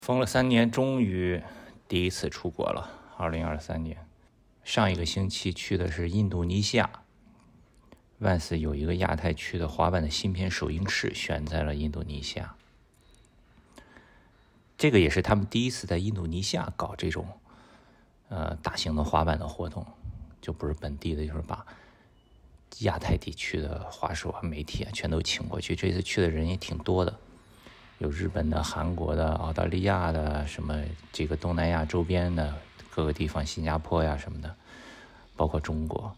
封了3年，终于第一次出国了。2023年，上一个星期去的是印度尼西亚。Vans 有一个亚太区的滑板的芯片首映式，选在了印度尼西亚。这个也是他们第一次在印度尼西亚搞这种大型的滑板的活动，就不是本地的，就是把亚太地区的滑手啊、媒体啊全都请过去。这次去的人也挺多的，有日本的、韩国的、澳大利亚的，什么这个东南亚周边的各个地方，新加坡呀什么的，包括中国。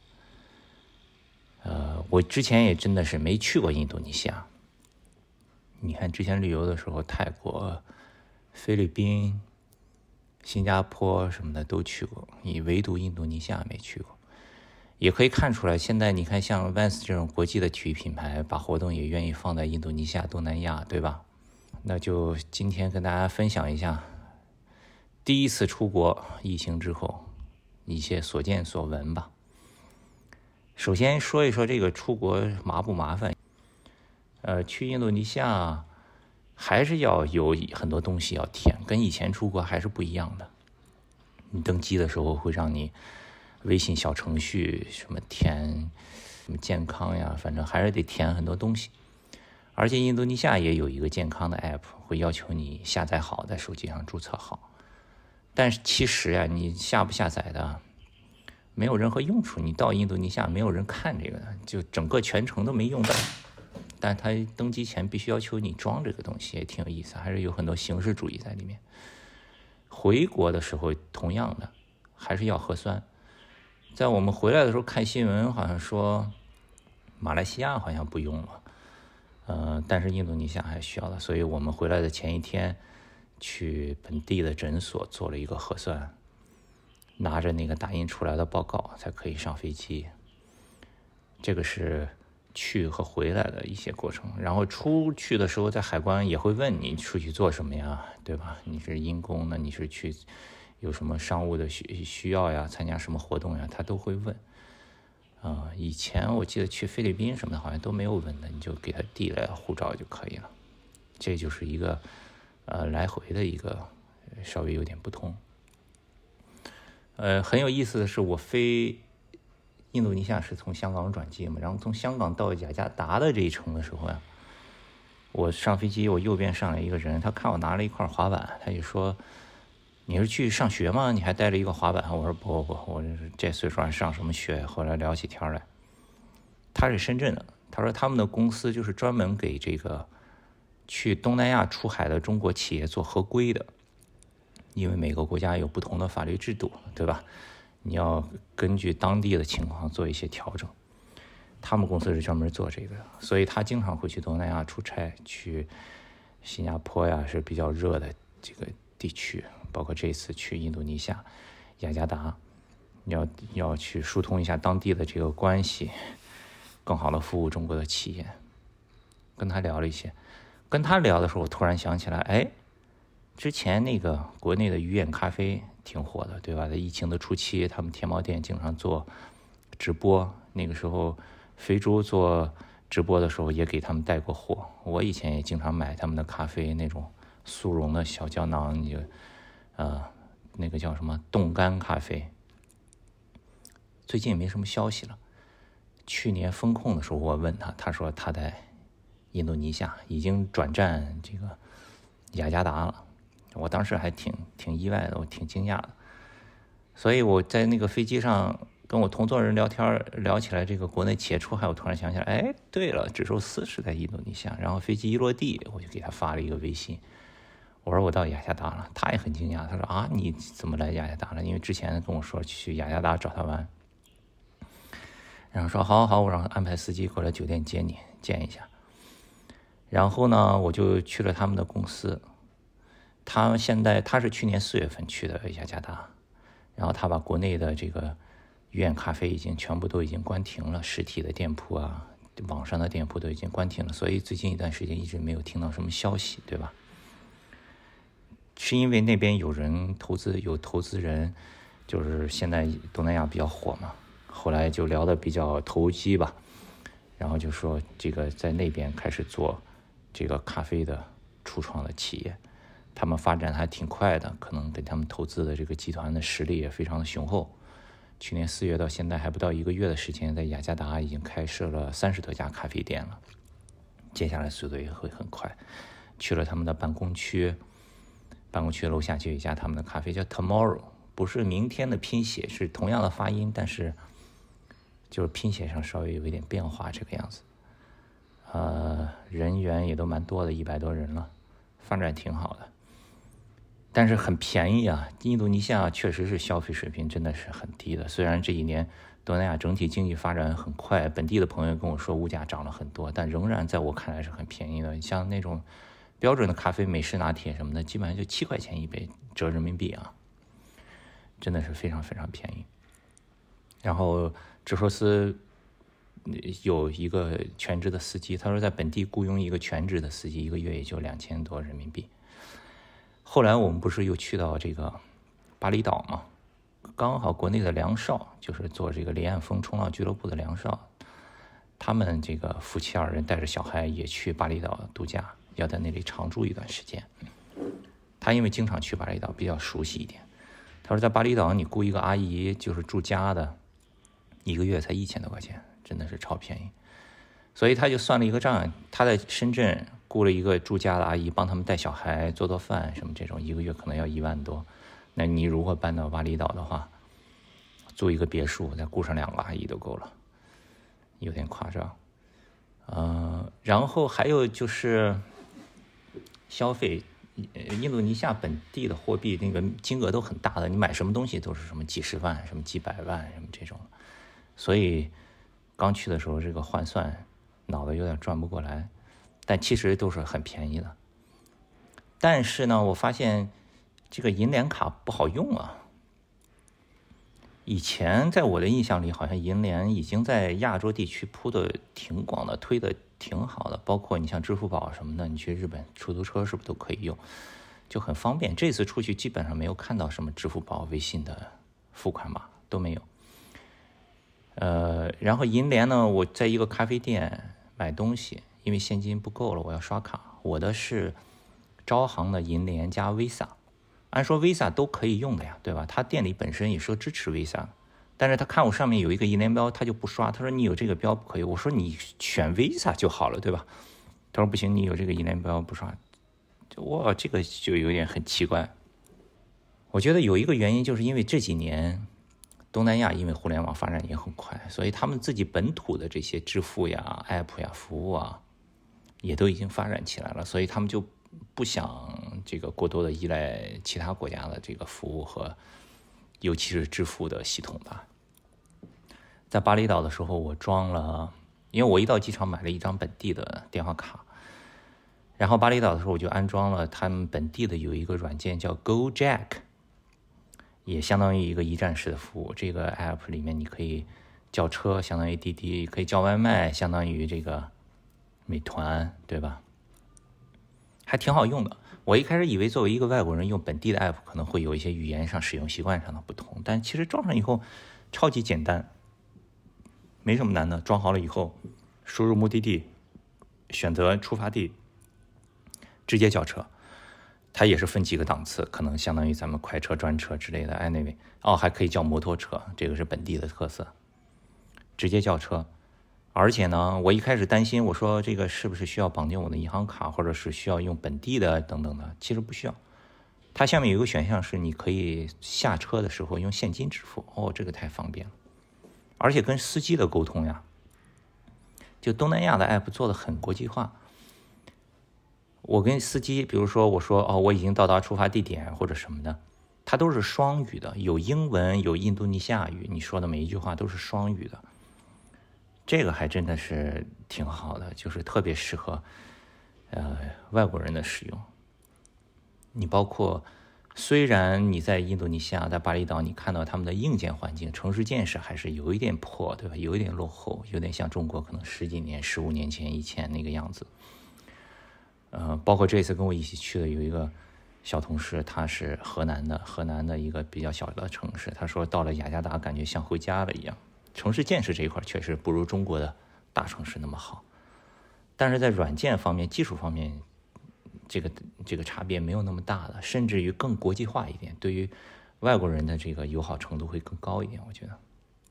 我之前也真的是没去过印度尼西亚。你看之前旅游的时候，泰国、菲律宾、新加坡什么的都去过，你唯独印度尼西亚没去过。也可以看出来，现在你看像 Vans 这种国际的体育品牌，把活动也愿意放在印度尼西亚、东南亚，对吧？那就今天跟大家分享一下第一次出国疫情之后一些所见所闻吧。首先说一说这个出国麻不麻烦。去印度尼西亚还是要有很多东西要填，跟以前出国还是不一样的。你登机的时候会让你微信小程序什么填什么健康呀，反正还是得填很多东西。而且印度尼西亚也有一个健康的 app， 会要求你下载好，在手机上注册好。但是其实呀，你下不下载的没有任何用处，你到印度尼西亚没有人看这个的，就整个全程都没用到。但他登机前必须要求你装这个东西，也挺有意思，还是有很多形式主义在里面。回国的时候同样的还是要核酸。在我们回来的时候看新闻，好像说马来西亚好像不用了，但是印度尼西亚还需要的，所以我们回来的前一天去本地的诊所做了一个核酸，拿着那个打印出来的报告才可以上飞机。这个是去和回来的一些过程。然后出去的时候在海关也会问你出去做什么呀，对吧？你是因公呢，你是去有什么商务的需要呀，参加什么活动呀，他都会问。以前我记得去菲律宾什么的好像都没有问的，你就给他递来护照就可以了。这就是一个来回的一个稍微有点不同。很有意思的是，我飞印度尼西亚是从香港转机嘛，然后从香港到雅加达的这一程的时候呀，我上飞机，我右边上来一个人，他看我拿了一块滑板，他就说：“你是去上学吗？你还带了一个滑板？”我说：“不，我这岁数还上什么学？”后来聊起天来，他是深圳的，他说他们的公司就是专门给这个去东南亚出海的中国企业做合规的，因为每个国家有不同的法律制度，对吧？你要根据当地的情况做一些调整。他们公司是专门做这个的，所以他经常会去东南亚出差，去新加坡呀是比较热的这个地区，包括这次去印度尼西亚雅加达，要去疏通一下当地的这个关系，更好的服务中国的企业。跟他聊了一些，跟他聊的时候，我突然想起来，之前那个国内的鱼眼咖啡挺火的，对吧？在疫情的初期，他们天猫店经常做直播，那个时候肥猪做直播的时候也给他们带过货。我以前也经常买他们的咖啡，那种速溶的小胶囊，那个叫什么冻干咖啡。最近也没什么消息了。去年封控的时候，我问他，他说他在印度尼西亚已经转战这个雅加达了。我当时还挺意外的，我挺惊讶的。所以我在那个飞机上跟我同座人聊天，聊起来这个国内企业出海，我突然想起来，对了，纸寿司是在印度尼西亚。然后飞机一落地，我就给他发了一个微信，我说我到雅加达了。他也很惊讶，他说你怎么来雅加达了？因为之前跟我说去雅加达找他玩。然后说好，我让他安排司机过来酒店接你，见一下。然后呢，我就去了他们的公司。他是去年4月份去的雅加达，然后他把国内的这个鱼眼咖啡全部都已经关停了，实体的店铺啊，网上的店铺都已经关停了，所以最近一段时间一直没有听到什么消息，对吧？是因为那边有投资人，就是现在东南亚比较火嘛，后来就聊得比较投机吧，然后就说这个在那边开始做这个咖啡的初创的企业。 他们发展还挺快的，可能给他们投资的这个集团的实力也非常的雄厚。去年4月到现在还不到1个月的时间，在雅加达已经开设了30多家咖啡店了，接下来速度也会很快。去了他们的办公区楼下就有一家他们的咖啡叫 Tomorrow， 不是明天的拼写，是同样的发音，但是就是拼写上稍微有一点变化这个样子。人员也都蛮多的，100多人了，发展挺好的。但是很便宜啊，印度尼西亚确实是消费水平真的是很低的。虽然这一年东南亚整体经济发展很快，本地的朋友跟我说物价涨了很多，但仍然在我看来是很便宜的。像那种标准的咖啡、美式拿铁什么的，基本上就7块钱一杯，折人民币啊，真的是非常非常便宜。然后直说司有一个全职的司机，他说在本地雇佣一个全职的司机，1个月也就2000多人民币。后来我们不是又去到这个巴厘岛嘛，刚好国内的梁少，就是做这个离岸风冲浪俱乐部的梁少，他们这个夫妻2人带着小孩也去巴厘岛度假，要在那里常住一段时间。他因为经常去巴厘岛，比较熟悉一点。他说在巴厘岛你雇一个阿姨，就是住家的，1个月才1000多块钱，真的是超便宜。所以他就算了一个账，他在深圳雇了一个住家的阿姨，帮他们带小孩、做饭什么这种，1个月可能要1万多。那你如果搬到巴厘岛的话，租一个别墅，再雇上2个阿姨都够了，有点夸张。然后还有就是消费，印度尼西亚本地的货币那个金额都很大的，你买什么东西都是什么几十万、什么几百万什么这种，所以刚去的时候这个换算脑子有点转不过来，但其实都是很便宜的。但是呢，我发现这个银联卡不好用啊。以前在我的印象里，好像银联已经在亚洲地区铺的挺广的，推的挺好的，包括你像支付宝什么的，你去日本出租车是不是都可以用，就很方便。这次出去基本上没有看到什么支付宝、微信的付款码都没有。然后银联呢，我在一个咖啡店买东西，因为现金不够了，我要刷卡。我的是招行的银联加 Visa， 按说 Visa 都可以用的呀，对吧？他店里本身也说支持 Visa， 但是他看我上面有一个银联标，他就不刷。他说你有这个标不可以。我说你选 Visa 就好了，对吧？他说不行，你有这个银联标不刷。哇，这个就有点很奇怪。我觉得有一个原因，就是因为这几年东南亚因为互联网发展也很快，所以他们自己本土的这些支付呀、app 呀、服务啊，也都已经发展起来了，所以他们就不想这个过多的依赖其他国家的这个服务和尤其是支付的系统吧。在巴厘岛的时候，我装了，因为我一到机场买了一张本地的电话卡，然后巴厘岛的时候我就安装了他们本地的有一个软件叫 GoJack，也相当于一个一站式的服务。这个 app 里面你可以叫车，相当于滴滴，可以叫外卖，相当于这个美团，对吧？还挺好用的。我一开始以为作为一个外国人用本地的 app 可能会有一些语言上使用习惯上的不同，但其实装上以后超级简单，没什么难的。装好了以后输入目的地，选择出发地，直接叫车。它也是分几个档次，可能相当于咱们快车、专车之类的。anyway， 还可以叫摩托车，这个是本地的特色，直接叫车。而且呢，我一开始担心，我说这个是不是需要绑定我的银行卡，或者是需要用本地的等等的，其实不需要。它下面有一个选项是你可以下车的时候用现金支付，这个太方便了。而且跟司机的沟通呀，就东南亚的 app 做的很国际化。我跟司机，比如说我说我已经到达出发地点或者什么的，它都是双语的，有英文有印度尼西亚语，你说的每一句话都是双语的，这个还真的是挺好的，就是特别适合外国人的使用。你包括虽然你在印度尼西亚在巴厘岛，你看到他们的硬件环境城市建设还是有一点破，对吧？有一点落后，有点像中国可能10几年15年前以前那个样子。包括这次跟我一起去的有一个小同事，他是河南的一个比较小的城市，他说到了雅加达感觉像回家了一样。城市建设这一块确实不如中国的大城市那么好，但是在软件方面、技术方面这个差别没有那么大的，甚至于更国际化一点，对于外国人的这个友好程度会更高一点，我觉得。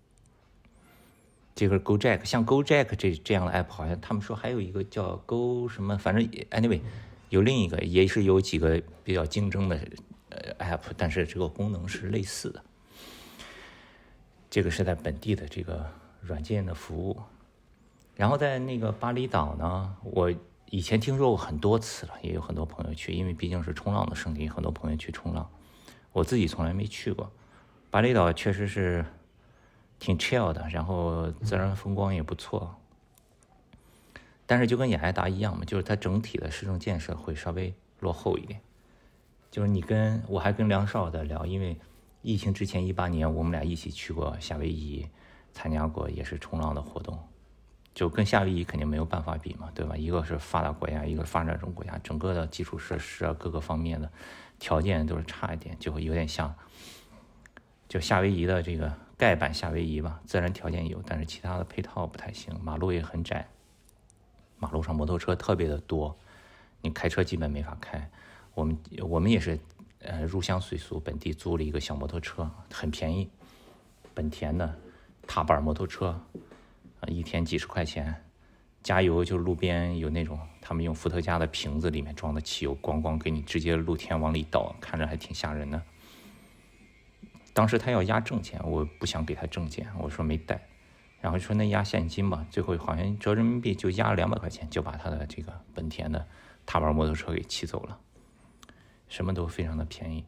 这个 GoJack， 像 GoJack 这样的 app， 好像他们说还有一个叫 Go 什么，反正 anyway 有另一个，也是有几个比较竞争的app， 但是这个功能是类似的。这个是在本地的这个软件的服务。然后在那个巴厘岛呢，我以前听说过很多次了，也有很多朋友去，因为毕竟是冲浪的圣地，很多朋友去冲浪。我自己从来没去过。巴厘岛确实是挺 chill 的，然后自然风光也不错。但是就跟雅加达一样嘛，就是它整体的市政建设会稍微落后一点。就是我还跟梁少在聊，因为疫情之前18年我们俩一起去过夏威夷，参加过也是冲浪的活动，就跟夏威夷肯定没有办法比嘛，对吧？一个是发达国家，一个发展中国家，整个的基础设施啊各个方面的条件都是差一点，就会有点像就夏威夷的这个盖板夏威夷吧，自然条件有，但是其他的配套不太行，马路也很窄，马路上摩托车特别的多，你开车基本没法开。我们也是入乡随俗，本地租了一个小摩托车，很便宜，本田的踏板摩托车，一天几十块钱，加油就路边有那种他们用伏特加的瓶子里面装的汽油，咣咣给你直接露天往里倒，看着还挺吓人的。当时他要压证件，我不想给他证件，我说没带，然后说那压现金吧，最后好像折人民币就压了200块钱，就把他的这个本田的踏板摩托车给骑走了，什么都非常的便宜。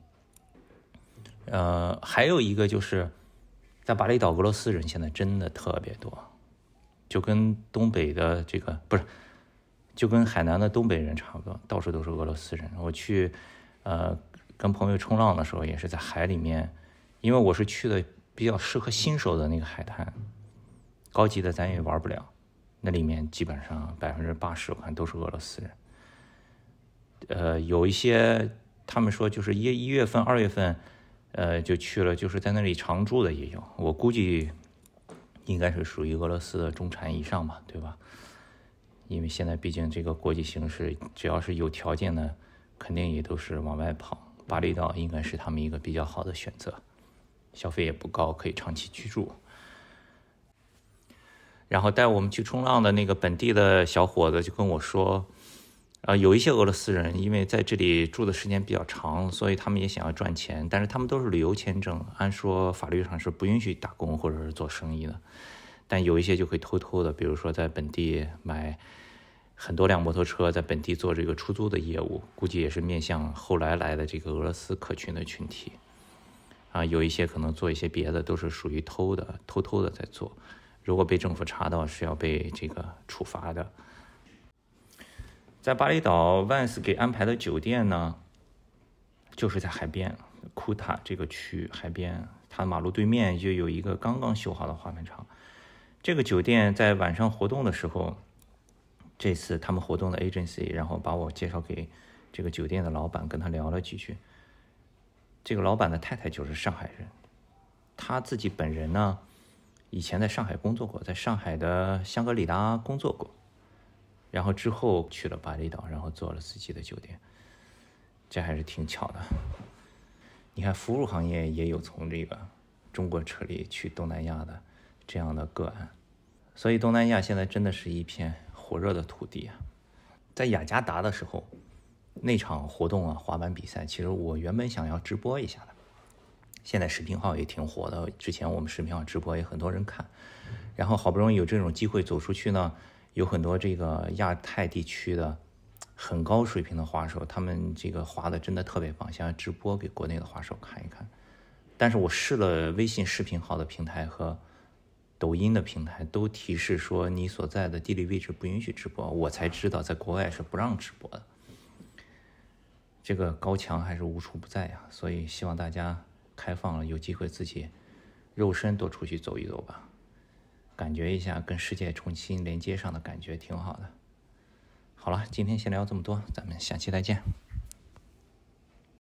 还有一个就是在巴厘岛，俄罗斯人现在真的特别多，就跟东北的这个不是，就跟海南的东北人差不多，到处都是俄罗斯人。我去跟朋友冲浪的时候，也是在海里面，因为我是去的比较适合新手的那个海滩，高级的咱也玩不了，那里面基本上80%我看都是俄罗斯人。有一些他们说就是1月份、2月份，就去了，就是在那里常住的也有。我估计应该是属于俄罗斯的中产以上吧，对吧？因为现在毕竟这个国际形势，只要是有条件的，肯定也都是往外跑。巴厘岛应该是他们一个比较好的选择，消费也不高，可以长期居住。然后带我们去冲浪的那个本地的小伙子就跟我说，有一些俄罗斯人因为在这里住的时间比较长，所以他们也想要赚钱，但是他们都是旅游签证，按说法律上是不允许打工或者是做生意的。但有一些就会偷偷的，比如说在本地买很多辆摩托车，在本地做这个出租的业务，估计也是面向后来的这个俄罗斯客群的群体。有一些可能做一些别的，都是属于偷偷的在做。如果被政府查到，是要被这个处罚的。在巴厘岛 Vans 给安排的酒店呢，就是在海边，库塔这个区海边，它马路对面就有一个刚刚修好的滑板场。这个酒店在晚上活动的时候，这次他们活动的 agency， 然后把我介绍给这个酒店的老板，跟他聊了几句。这个老板的太太就是上海人，他自己本人呢，以前在上海工作过，在上海的香格里拉工作过，然后之后去了巴厘岛，然后做了自己的酒店，这还是挺巧的。你看服务行业也有从这个中国撤离去东南亚的这样的个案，所以东南亚现在真的是一片火热的土地啊。在雅加达的时候，那场活动啊，滑板比赛，其实我原本想要直播一下的，现在视频号也挺火的，之前我们视频号直播也很多人看，然后好不容易有这种机会走出去呢，有很多这个亚太地区的很高水平的滑手，他们这个滑的真的特别棒，想要直播给国内的滑手看一看。但是我试了微信视频号的平台和抖音的平台，都提示说你所在的地理位置不允许直播，我才知道在国外是不让直播的。这个高墙还是无处不在呀，所以希望大家开放了，有机会自己肉身多出去走一走吧，感觉一下跟世界重新连接上的感觉挺好的。好了，今天先聊这么多，咱们下期再见。